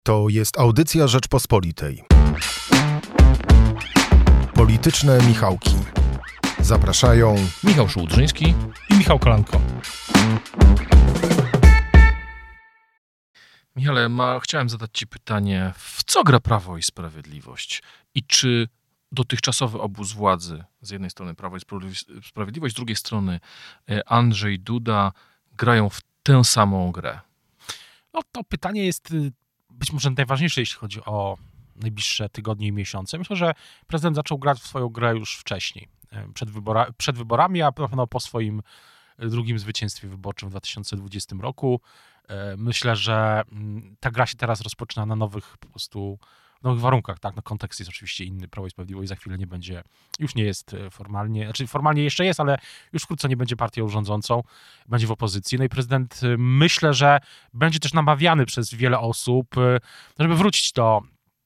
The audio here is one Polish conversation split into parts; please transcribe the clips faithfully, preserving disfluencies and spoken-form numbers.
To jest audycja Rzeczpospolitej. Polityczne Michałki. Zapraszają Michał Szułdrzyński i Michał Kolanko. Michale, ma, chciałem zadać Ci pytanie, w co gra Prawo i Sprawiedliwość? I czy dotychczasowy obóz władzy, z jednej strony Prawo i Sprawiedliwość, z drugiej strony Andrzej Duda, grają w tę samą grę? No to pytanie jest być może najważniejsze, jeśli chodzi o najbliższe tygodnie i miesiące. Myślę, że prezydent zaczął grać w swoją grę już wcześniej, przed, wybora, przed wyborami, a na pewno po swoim drugim zwycięstwie wyborczym w dwa tysiące dwudziestym roku. Myślę, że ta gra się teraz rozpoczyna na nowych po prostu nowych warunkach, tak, no kontekst jest oczywiście inny, Prawo i Sprawiedliwość za chwilę nie będzie, już nie jest formalnie, znaczy formalnie jeszcze jest, ale już wkrótce nie będzie partią rządzącą, będzie w opozycji, no i prezydent myślę, że będzie też namawiany przez wiele osób, żeby wrócić do,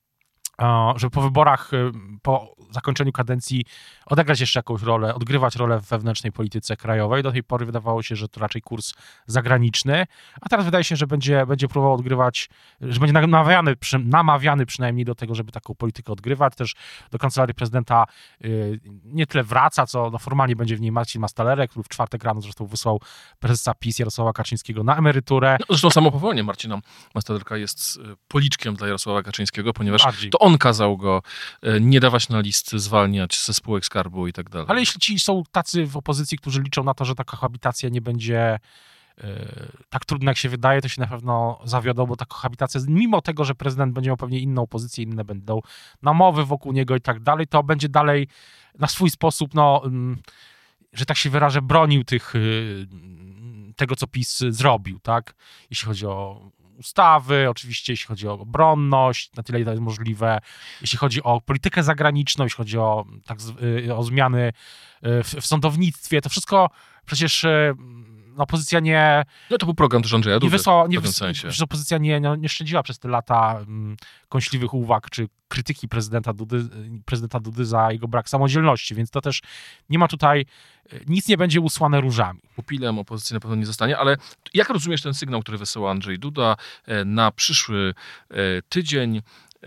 żeby po wyborach, po zakończeniu kadencji odegrać jeszcze jakąś rolę, odgrywać rolę w wewnętrznej polityce krajowej. Do tej pory wydawało się, że to raczej kurs zagraniczny, a teraz wydaje się, że będzie, będzie próbował odgrywać, że będzie namawiany, namawiany przynajmniej do tego, żeby taką politykę odgrywać. Też do kancelarii prezydenta nie tyle wraca, co no formalnie będzie w niej Marcin Mastalerek, który w czwartek rano zresztą wysłał prezesa PiS Jarosława Kaczyńskiego na emeryturę. No, zresztą samo powołanie Marcina Mastalerka jest policzkiem dla Jarosława Kaczyńskiego, ponieważ Bardziej. To on kazał go nie dawać na listy, zwalniać ze spółek skarbu i tak dalej. Ale jeśli ci są tacy w opozycji, którzy liczą na to, że ta kohabitacja nie będzie yy, tak trudna, jak się wydaje, to się na pewno zawiodą, bo ta kohabitacja, mimo tego, że prezydent będzie miał pewnie inną pozycję, inne będą namowy wokół niego i tak dalej, to będzie dalej na swój sposób, no, yy, że tak się wyrażę, bronił tych, yy, tego, co PiS zrobił, tak? Jeśli chodzi o ustawy, oczywiście jeśli chodzi o obronność, na tyle ile to jest możliwe, jeśli chodzi o politykę zagraniczną, jeśli chodzi o, tak, o zmiany w, w sądownictwie, to wszystko przecież no, opozycja nie... No to był program też Andrzeja Dudy, nie wysłała, nie w pewnym wys, sensie. Przecież opozycja nie, nie, nie szczędziła przez te lata um, kąśliwych uwag czy krytyki prezydenta Dudy, prezydenta Dudy za jego brak samodzielności, więc to też nie ma tutaj, nic nie będzie usłane różami. Pupilem opozycji na pewno nie zostanie, ale jak rozumiesz ten sygnał, który wysyła Andrzej Duda na przyszły tydzień?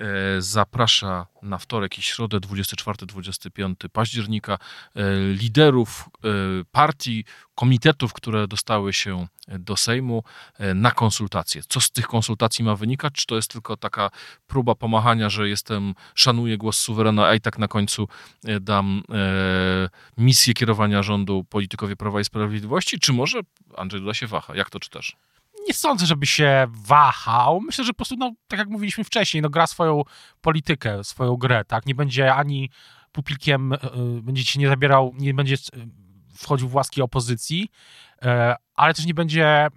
Zaprasza na wtorek i środę dwudziestego czwartego do dwudziestego piątego października liderów partii, komitetów, które dostały się do Sejmu na konsultacje. Co z tych konsultacji ma wynikać? Czy to jest tylko taka próba pomachania, że jestem, szanuję głos suwerena, a i tak na końcu dam misję kierowania rządu politykowi Prawa i Sprawiedliwości? Czy może Andrzej Duda się waha? Jak to czytasz? Nie sądzę, żeby się wahał. Myślę, że po prostu, no, tak jak mówiliśmy wcześniej, no, gra swoją politykę, swoją grę, tak? Nie będzie ani pupilkiem, yy, będzie się nie zabierał, nie będzie wchodził w łaski opozycji, yy, ale też nie będzie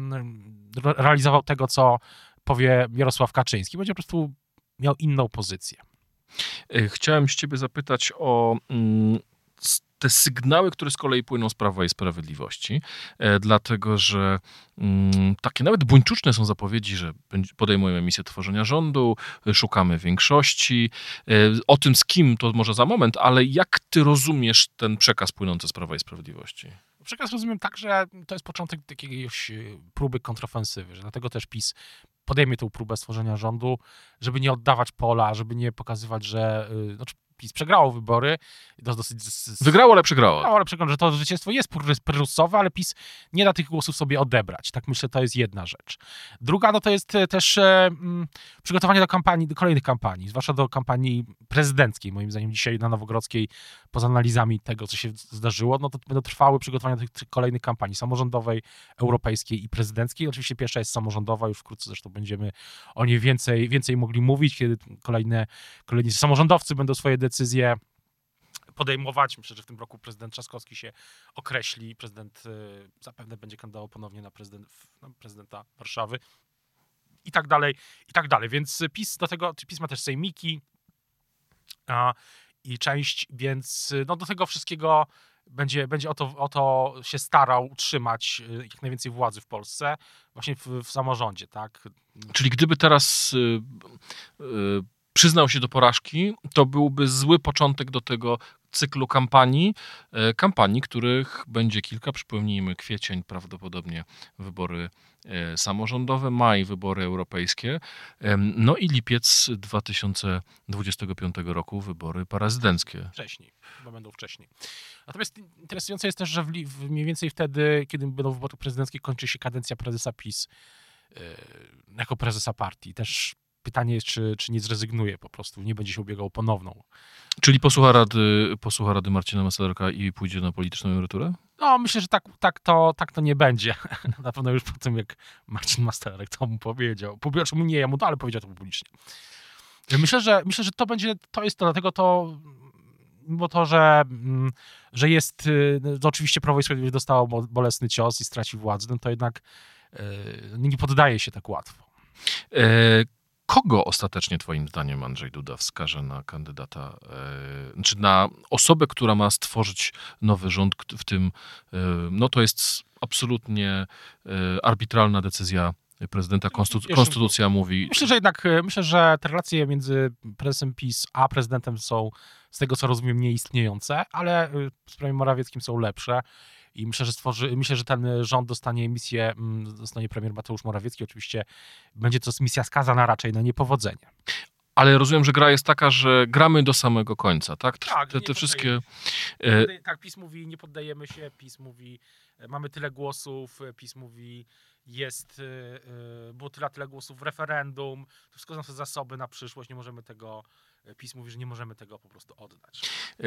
yy, realizował tego, co powie Jarosław Kaczyński. Będzie po prostu miał inną pozycję. Chciałem z ciebie zapytać o... Mm, te sygnały, które z kolei płyną z Prawa i Sprawiedliwości, e, dlatego, że mm, takie nawet buńczuczne są zapowiedzi, że podejmujemy misję tworzenia rządu, szukamy większości. E, o tym z kim to może za moment, ale jak ty rozumiesz ten przekaz płynący z Prawa i Sprawiedliwości? Przekaz rozumiem tak, że to jest początek jakiejś próby kontrofensywy, że dlatego też PiS podejmie tę próbę stworzenia rządu, żeby nie oddawać pola, żeby nie pokazywać, że... Yy, znaczy PiS przegrało wybory. To dosyć z, z... Wygrało, ale przegrało. Wygrało, ale przegrało, że to zwycięstwo jest pryrusowe, ale PiS nie da tych głosów sobie odebrać. Tak myślę, to jest jedna rzecz. Druga, no to jest też e, m, przygotowanie do kampanii, do kolejnych kampanii, zwłaszcza do kampanii prezydenckiej. Moim zdaniem dzisiaj na Nowogrodzkiej, poza analizami tego, co się zdarzyło, no to będą trwały przygotowania do tych, tych kolejnych kampanii samorządowej, europejskiej i prezydenckiej. Oczywiście pierwsza jest samorządowa, już wkrótce zresztą będziemy o niej więcej, więcej mogli mówić, kiedy kolejne, kolejni samorządowcy będą swoje decyzje podejmować. Myślę, że w tym roku prezydent Trzaskowski się określi. Prezydent y, zapewne będzie kandydował ponownie na, prezydent, na prezydenta Warszawy i tak dalej, i tak dalej. Więc PiS do tego, PiS ma też sejmiki a, i część, więc no, do tego wszystkiego będzie, będzie o, to, o to się starał utrzymać jak najwięcej władzy w Polsce, właśnie w, w samorządzie, tak? Czyli gdyby teraz y, y, przyznał się do porażki, to byłby zły początek do tego, cyklu kampanii, kampanii, których będzie kilka. Przypomnijmy, kwiecień prawdopodobnie wybory samorządowe, maj wybory europejskie, no i lipiec dwa tysiące dwudziestego piątego roku wybory prezydenckie. Wcześniej, bo będą wcześniej. Natomiast interesujące jest też, że w, w mniej więcej wtedy, kiedy będą wybory prezydenckie, kończy się kadencja prezesa PiS yy, jako prezesa partii. Też pytanie jest, czy, czy nie zrezygnuje po prostu, nie będzie się ubiegał o ponowną. Czyli posłucha rady, posłucha rady Marcina Masarka i pójdzie na polityczną emeryturę? No, myślę, że tak, tak, to, tak to nie będzie. Na pewno już po tym, jak Marcin Masarek to mu powiedział. Znaczy nie jemu to, ale powiedział to publicznie. Myślę, że myślę, że to będzie, to jest to, dlatego to, bo to, że, że jest, no oczywiście Prawo i Sprawiedliwość dostało bolesny cios i straci władzę, no to jednak nie poddaje się tak łatwo. E, kogo ostatecznie twoim zdaniem Andrzej Duda wskaże na kandydata, e, czy na osobę, która ma stworzyć nowy rząd, w tym, e, no to jest absolutnie e, arbitralna decyzja prezydenta, konstytu- konstytucja mówi... Myślę, że jednak, myślę, że te relacje między prezesem PiS a prezydentem są, z tego co rozumiem, nieistniejące, ale z premierem Morawieckim są lepsze i myślę, że stworzy, myślę, że ten rząd dostanie misję, dostanie premier Mateusz Morawiecki, oczywiście będzie to misja skazana raczej na niepowodzenie. Ale rozumiem, że gra jest taka, że gramy do samego końca, tak? Tak, te, te wszystkie... Poddaje, tak, PiS mówi, nie poddajemy się, PiS mówi, mamy tyle głosów, PiS mówi, jest, było tyle, tyle głosów w referendum, to wszystko są zasoby na przyszłość, nie możemy tego, PiS mówi, że nie możemy tego po prostu oddać.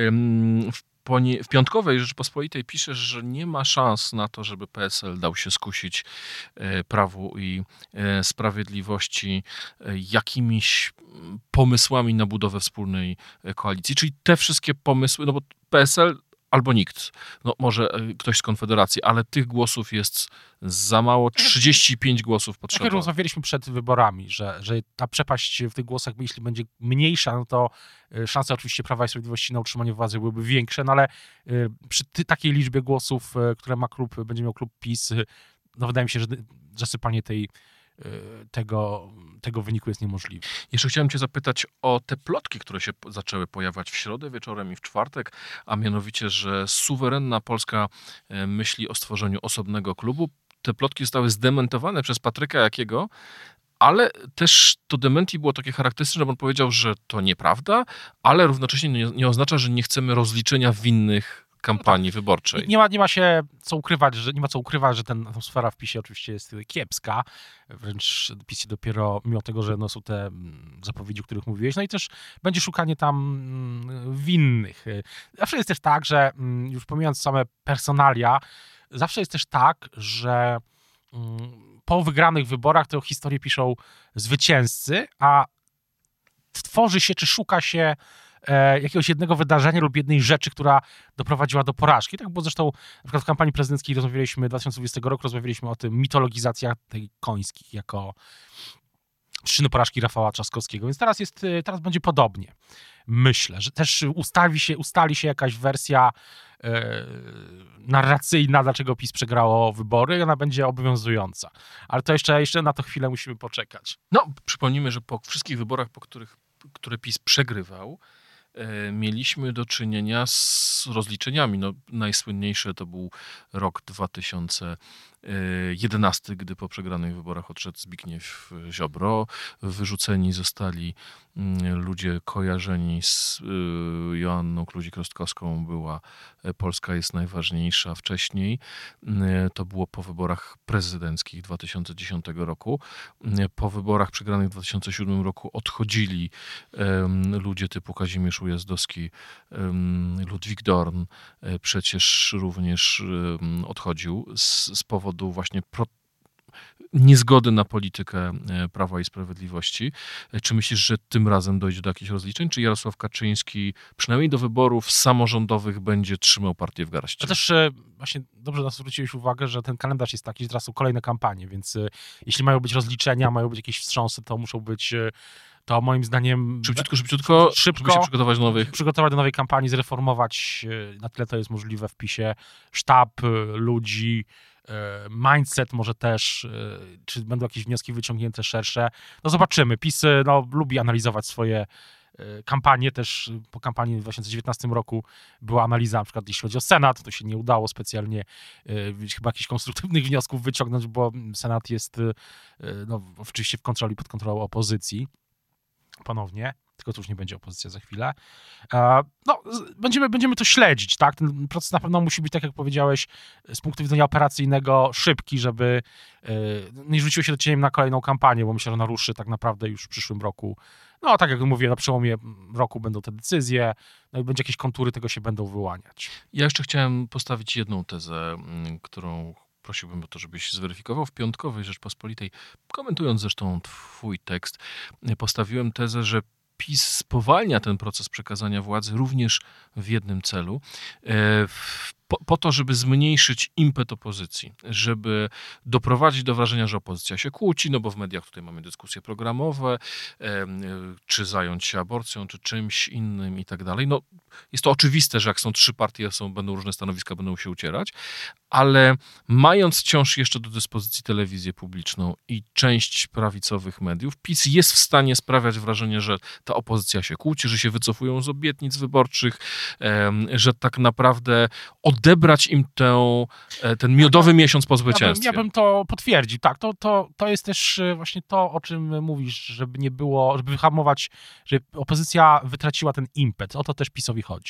W, ponie, w piątkowej Rzeczpospolitej piszesz, że nie ma szans na to, żeby P S L dał się skusić Prawu i Sprawiedliwości jakimiś pomysłami na budowę wspólnej koalicji, czyli te wszystkie pomysły, no bo P S L albo nikt, no może ktoś z Konfederacji, ale tych głosów jest za mało, trzydzieści pięć głosów potrzeba. Tak jak rozmawialiśmy przed wyborami, że, że ta przepaść w tych głosach, jeśli będzie mniejsza, no to szanse oczywiście Prawa i Sprawiedliwości na utrzymanie władzy byłyby większe, no ale przy ty, takiej liczbie głosów, które ma klub, będzie miał klub PiS, no wydaje mi się, że zasypanie tej Tego, tego wyniku jest niemożliwe. Jeszcze chciałem cię zapytać o te plotki, które się zaczęły pojawiać w środę wieczorem i w czwartek, a mianowicie, że suwerenna Polska myśli o stworzeniu osobnego klubu. Te plotki zostały zdementowane przez Patryka Jakiego, ale też to dementi było takie charakterystyczne, bo on powiedział, że to nieprawda, ale równocześnie nie, nie oznacza, że nie chcemy rozliczenia winnych kampanii wyborczej. Nie, nie, ma, nie ma się co ukrywać, że nie ma co ukrywać, że ten atmosfera w PiSie oczywiście jest kiepska. Wręcz PiS dopiero, mimo tego, że no są te zapowiedzi, o których mówiłeś, no i też będzie szukanie tam winnych. Zawsze jest też tak, że już pomijając same personalia, zawsze jest też tak, że po wygranych wyborach tę historię piszą zwycięzcy, a tworzy się, czy szuka się jakiegoś jednego wydarzenia lub jednej rzeczy, która doprowadziła do porażki. Tak było zresztą na przykład w kampanii prezydenckiej rozmawialiśmy dwa tysiące dwudziestego roku, rozmawialiśmy o tym, mitologizacja tej Końskich jako przyczyny porażki Rafała Trzaskowskiego, więc teraz jest, teraz będzie podobnie. Myślę, że też ustawi się, ustali się jakaś wersja e, narracyjna, dlaczego PiS przegrało wybory i ona będzie obowiązująca. Ale to jeszcze, jeszcze na to chwilę musimy poczekać. No, przypomnijmy, że po wszystkich wyborach, po których, które PiS przegrywał, mieliśmy do czynienia z rozliczeniami. No, najsłynniejsze to był rok dwa tysiące jedenasty, gdy po przegranych wyborach odszedł Zbigniew Ziobro. Wyrzuceni zostali ludzie kojarzeni z Joanną Kluzik-Rostkowską. Była Polska jest najważniejsza wcześniej. To było po wyborach prezydenckich dwa tysiące dziesiątego roku. Po wyborach przegranych w dwa tysiące siódmym roku odchodzili ludzie typu Kazimierz Ujazdowski, Ludwik Dorn przecież również odchodził z, z powodu właśnie pro, niezgody na politykę Prawa i Sprawiedliwości. Czy myślisz, że tym razem dojdzie do jakichś rozliczeń? Czy Jarosław Kaczyński przynajmniej do wyborów samorządowych będzie trzymał partię w garści? A też właśnie dobrze nas zwróciłeś uwagę, że ten kalendarz jest taki, że teraz są kolejne kampanie, więc jeśli mają być rozliczenia, mają być jakieś wstrząsy, to muszą być... To moim zdaniem... Szybciutko, szybciutko, szybko żeby się przygotować do nowych... Przygotować do nowej kampanii, zreformować, na tyle to jest możliwe w PiSie, sztab ludzi, mindset może też, czy będą jakieś wnioski wyciągnięte szersze. No zobaczymy. PiS no, lubi analizować swoje kampanię też, po kampanii w dwa tysiące dziewiętnastym roku była analiza, na przykład jeśli chodzi o Senat, to się nie udało specjalnie chyba jakichś konstruktywnych wniosków wyciągnąć, bo Senat jest no, oczywiście w kontroli, pod kontrolą opozycji ponownie, tylko to już nie będzie opozycja za chwilę. No, będziemy, będziemy to śledzić, tak? Ten proces na pewno musi być, tak jak powiedziałeś, z punktu widzenia operacyjnego szybki, żeby nie rzuciło się cieniem na kolejną kampanię, bo myślę, że ona ruszy tak naprawdę już w przyszłym roku. No, tak jak mówię, na przełomie roku będą te decyzje, no i będzie jakieś kontury tego się będą wyłaniać. Ja jeszcze chciałem postawić jedną tezę, którą prosiłbym o to, żebyś zweryfikował. W piątkowej Rzeczpospolitej, komentując zresztą twój tekst, postawiłem tezę, że PiS spowalnia ten proces przekazania władzy również w jednym celu, po, po to, żeby zmniejszyć impet opozycji, żeby doprowadzić do wrażenia, że opozycja się kłóci, no bo w mediach tutaj mamy dyskusje programowe, czy zająć się aborcją, czy czymś innym i tak dalej. No, jest to oczywiste, że jak są trzy partie, są, będą różne stanowiska, będą się ucierać, ale mając wciąż jeszcze do dyspozycji telewizję publiczną i część prawicowych mediów, PiS jest w stanie sprawiać wrażenie, że ta opozycja się kłóci, że się wycofują z obietnic wyborczych, że tak naprawdę odebrać im tę, ten miodowy miesiąc po zwycięstwie. Ja bym, ja bym to potwierdził. Tak, to, to, to jest też właśnie to, o czym mówisz, żeby nie było, żeby wyhamować, żeby opozycja wytraciła ten impet. O to też PiS-owi chodzi.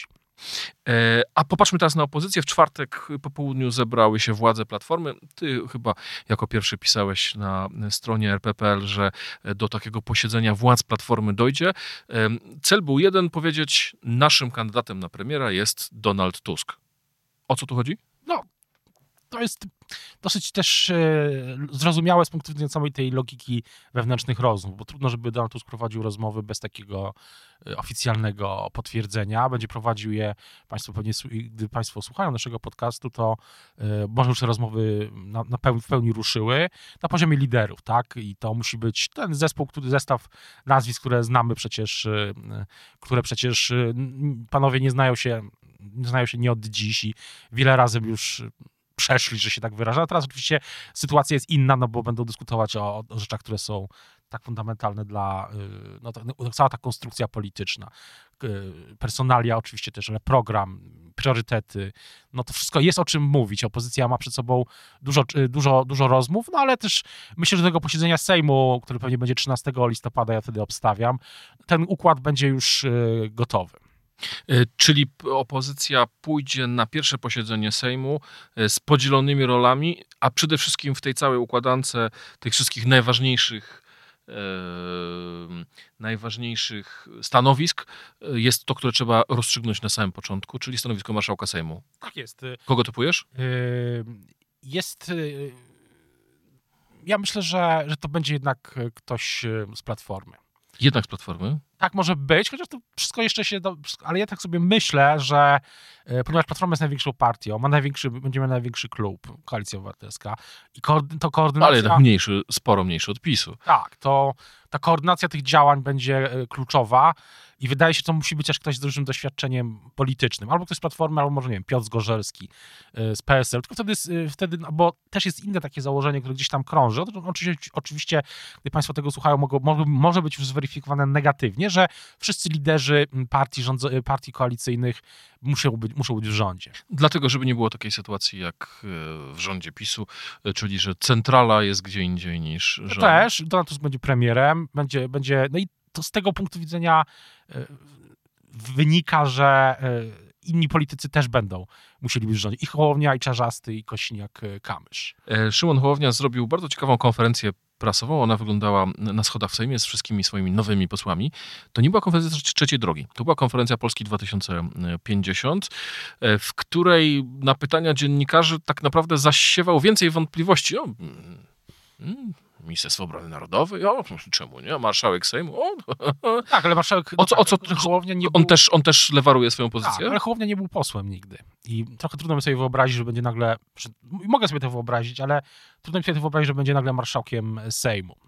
A popatrzmy teraz na opozycję. W czwartek po południu zebrały się władze Platformy. Ty chyba jako pierwszy pisałeś na stronie er pe pe el, że do takiego posiedzenia władz Platformy dojdzie. Cel był jeden, powiedzieć, naszym kandydatem na premiera jest Donald Tusk. O co tu chodzi? No, to jest dosyć też e, zrozumiałe z punktu widzenia całej tej logiki wewnętrznych rozmów, bo trudno, żeby Donald Tusk prowadził rozmowy bez takiego e, oficjalnego potwierdzenia. Będzie prowadził je, państwo pewnie, gdy państwo słuchają naszego podcastu, to e, może już te rozmowy na, na pełni, w pełni ruszyły na poziomie liderów, tak? I to musi być ten zespół, który, zestaw nazwisk, które znamy przecież, e, które przecież e, panowie nie znają się, nie znają się nie od dziś i wiele razy już przeszli, że się tak wyraża. A teraz oczywiście sytuacja jest inna, no bo będą dyskutować o, o rzeczach, które są tak fundamentalne dla, no, to, no cała ta konstrukcja polityczna. Personalia oczywiście też, ale program, priorytety, no to wszystko jest o czym mówić. Opozycja ma przed sobą dużo, dużo, dużo rozmów, no ale też myślę, że do tego posiedzenia Sejmu, które pewnie będzie trzynastego listopada, ja wtedy obstawiam, ten układ będzie już gotowy. Czyli opozycja pójdzie na pierwsze posiedzenie Sejmu z podzielonymi rolami, a przede wszystkim w tej całej układance tych wszystkich najważniejszych e, najważniejszych stanowisk jest to, które trzeba rozstrzygnąć na samym początku, czyli stanowisko marszałka Sejmu. Tak jest. Kogo typujesz? Jest... Ja myślę, że, że to będzie jednak ktoś z Platformy. Jednak z Platformy? Tak może być, chociaż to wszystko jeszcze się... Do... Ale ja tak sobie myślę, że ponieważ Platforma jest największą partią, ma największy, będziemy największy klub, Koalicja Obywatelska, i koordy... to koordynacja... Ale jednak mniejszy, sporo mniejszy od PiSu. Tak, to ta koordynacja tych działań będzie kluczowa i wydaje się, że to musi być aż ktoś z dużym doświadczeniem politycznym. Albo ktoś z Platformy, albo może, nie wiem, Piotr Zgorzelski z P S L. Tylko wtedy, wtedy bo też jest inne takie założenie, które gdzieś tam krąży. Oczywiście, oczywiście gdy państwo tego słuchają, mogą, może być już zweryfikowane negatywnie, że wszyscy liderzy partii, rządzo, partii koalicyjnych muszą być, muszą być w rządzie. Dlatego, żeby nie było takiej sytuacji jak w rządzie PiSu, czyli że centrala jest gdzie indziej niż rząd. Też, Donald Tusk będzie premierem, będzie, będzie, no i to z tego punktu widzenia wynika, że inni politycy też będą musieli być w rządzie. I Hołownia, i Czarzasty, i Kosiniak-Kamysz. Szymon Hołownia zrobił bardzo ciekawą konferencję prasową. Ona wyglądała na schodach w Sejmie z wszystkimi swoimi nowymi posłami. To nie była konferencja trzeciej drogi. To była konferencja Polski dwa tysiące pięćdziesiąt, w której na pytania dziennikarzy tak naprawdę zasiewał więcej wątpliwości. O, hmm, Ministerstwo Obrony Narodowej? O, czemu nie? Marszałek Sejmu? O. Tak, ale marszałek... O co, o co Hołownia nie on, był... też, on też lewaruje swoją pozycję? Tak, ale Hołownia nie był posłem nigdy. I trochę trudno mi sobie wyobrazić, że będzie nagle... Mogę sobie to wyobrazić, ale trudno mi sobie to wyobrazić, że będzie nagle marszałkiem Sejmu.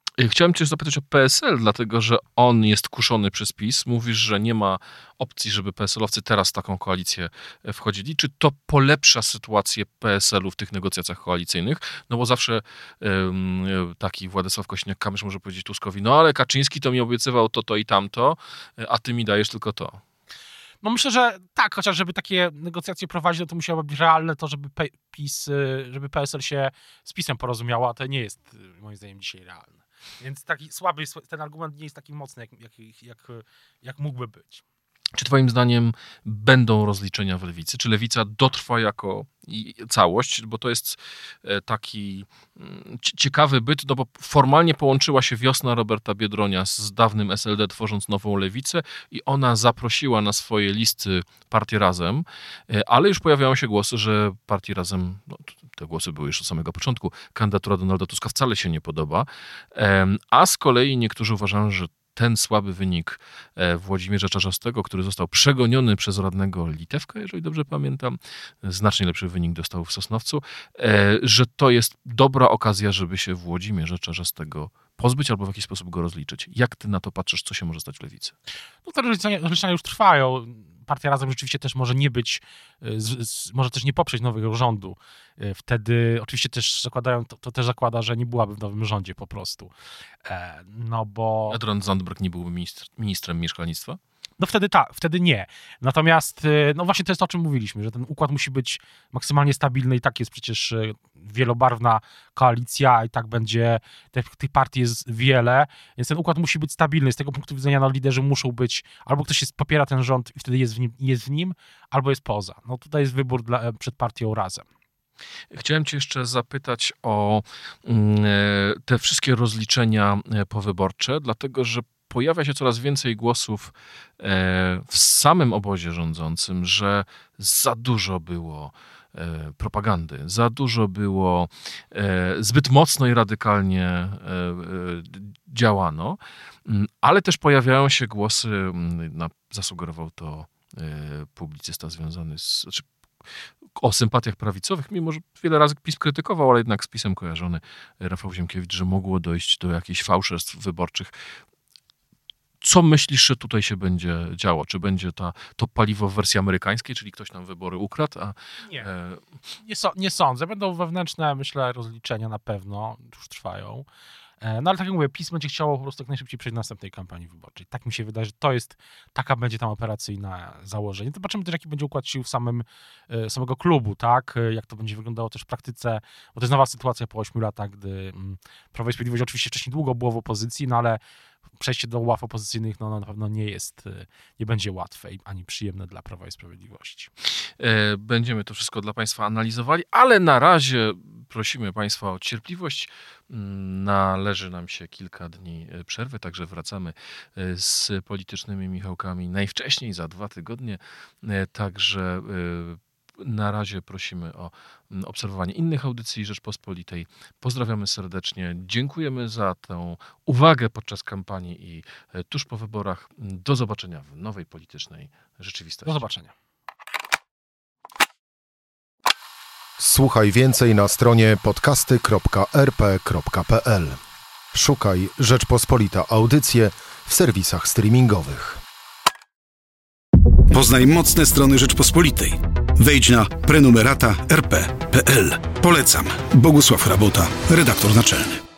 Chciałem cię zapytać o P S L, dlatego że on jest kuszony przez PiS. Mówisz, że nie ma opcji, żeby P S L-owcy teraz w taką koalicję wchodzili. Czy to polepsza sytuację P S L-u w tych negocjacjach koalicyjnych? No bo zawsze um, taki Władysław Kosiniak-Kamysz może powiedzieć Tuskowi, no ale Kaczyński to mi obiecywał to, to i tamto, a ty mi dajesz tylko to. No myślę, że tak, chociaż żeby takie negocjacje prowadzić, no to musiało być realne to, żeby PiS, żeby P S L się z PiS-em porozumiało, a to nie jest moim zdaniem dzisiaj realne. Więc taki słaby, ten argument nie jest taki mocny, jak, jak, jak, jak mógłby być. Czy twoim zdaniem będą rozliczenia w Lewicy? Czy Lewica dotrwa jako całość? Bo to jest taki ciekawy byt, no bo formalnie połączyła się wiosna Roberta Biedronia z dawnym S L D, tworząc nową Lewicę i ona zaprosiła na swoje listy partię Razem, ale już pojawiają się głosy, że partii Razem, no, te głosy były już od samego początku, kandydatura Donalda Tuska wcale się nie podoba, a z kolei niektórzy uważają, że ten słaby wynik Włodzimierza Czarzastego, który został przegoniony przez radnego Litewka, jeżeli dobrze pamiętam, znacznie lepszy wynik dostał w Sosnowcu, że to jest dobra okazja, żeby się Włodzimierza Czarzastego pozbyć albo w jakiś sposób go rozliczyć. Jak ty na to patrzysz, co się może stać w Lewicy? No te rozliczenia już trwają. Partia Razem rzeczywiście też może nie być, z, z, może też nie poprzeć nowego rządu. Wtedy oczywiście też zakładają, to, to też zakłada, że nie byłaby w nowym rządzie po prostu. E, no bo... Edron Zandberg nie byłby ministr, ministrem mieszkalnictwa? No wtedy tak, wtedy nie. Natomiast, no właśnie to jest to, o czym mówiliśmy, że ten układ musi być maksymalnie stabilny i tak jest przecież wielobarwna koalicja i tak będzie, tych, tych partii jest wiele, więc ten układ musi być stabilny. Z tego punktu widzenia no, liderzy muszą być, albo ktoś jest, popiera ten rząd i wtedy jest w nim, jest w nim albo jest poza. No tutaj jest wybór dla, przed partią Razem. Chciałem cię jeszcze zapytać o te wszystkie rozliczenia powyborcze, dlatego że pojawia się coraz więcej głosów w samym obozie rządzącym, że za dużo było propagandy, za dużo było, zbyt mocno i radykalnie działano, ale też pojawiają się głosy, zasugerował to publicysta związany z, znaczy o sympatiach prawicowych, mimo że wiele razy PiS krytykował, ale jednak z PiS-em kojarzony Rafał Ziemkiewicz, że mogło dojść do jakichś fałszerstw wyborczych. Co myślisz, że tutaj się będzie działo? Czy będzie ta, to paliwo w wersji amerykańskiej, czyli ktoś nam wybory ukradł? A, nie, e... nie, so, nie sądzę. Będą wewnętrzne, myślę, rozliczenia na pewno, już trwają. No ale tak jak mówię, PiS będzie chciało po prostu jak najszybciej przejść do następnej kampanii wyborczej. Tak mi się wydaje, że to jest, taka będzie tam operacyjna założenie. Zobaczymy też, jaki będzie układ sił w samym, samego klubu, tak? Jak to będzie wyglądało też w praktyce, bo to jest nowa sytuacja po ośmiu latach, gdy Prawo i Sprawiedliwość oczywiście wcześniej długo było w opozycji, no ale przejście do ław opozycyjnych no, na pewno nie jest, nie będzie łatwe ani przyjemne dla Prawa i Sprawiedliwości. Będziemy to wszystko dla Państwa analizowali, ale na razie prosimy Państwa o cierpliwość. Należy nam się kilka dni przerwy, także wracamy z politycznymi Michałkami najwcześniej za dwa tygodnie. Także na razie prosimy o obserwowanie innych audycji Rzeczpospolitej. Pozdrawiamy serdecznie. Dziękujemy za tę uwagę podczas kampanii i tuż po wyborach. Do zobaczenia w nowej politycznej rzeczywistości. Do zobaczenia. Słuchaj więcej na stronie podcasty kropka er pe kropka pe el. Szukaj Rzeczpospolita Audycje w serwisach streamingowych. Poznaj mocne strony Rzeczpospolitej. Wejdź na prenumerata er pe kropka pe el. Polecam. Bogusław Rabota, redaktor naczelny.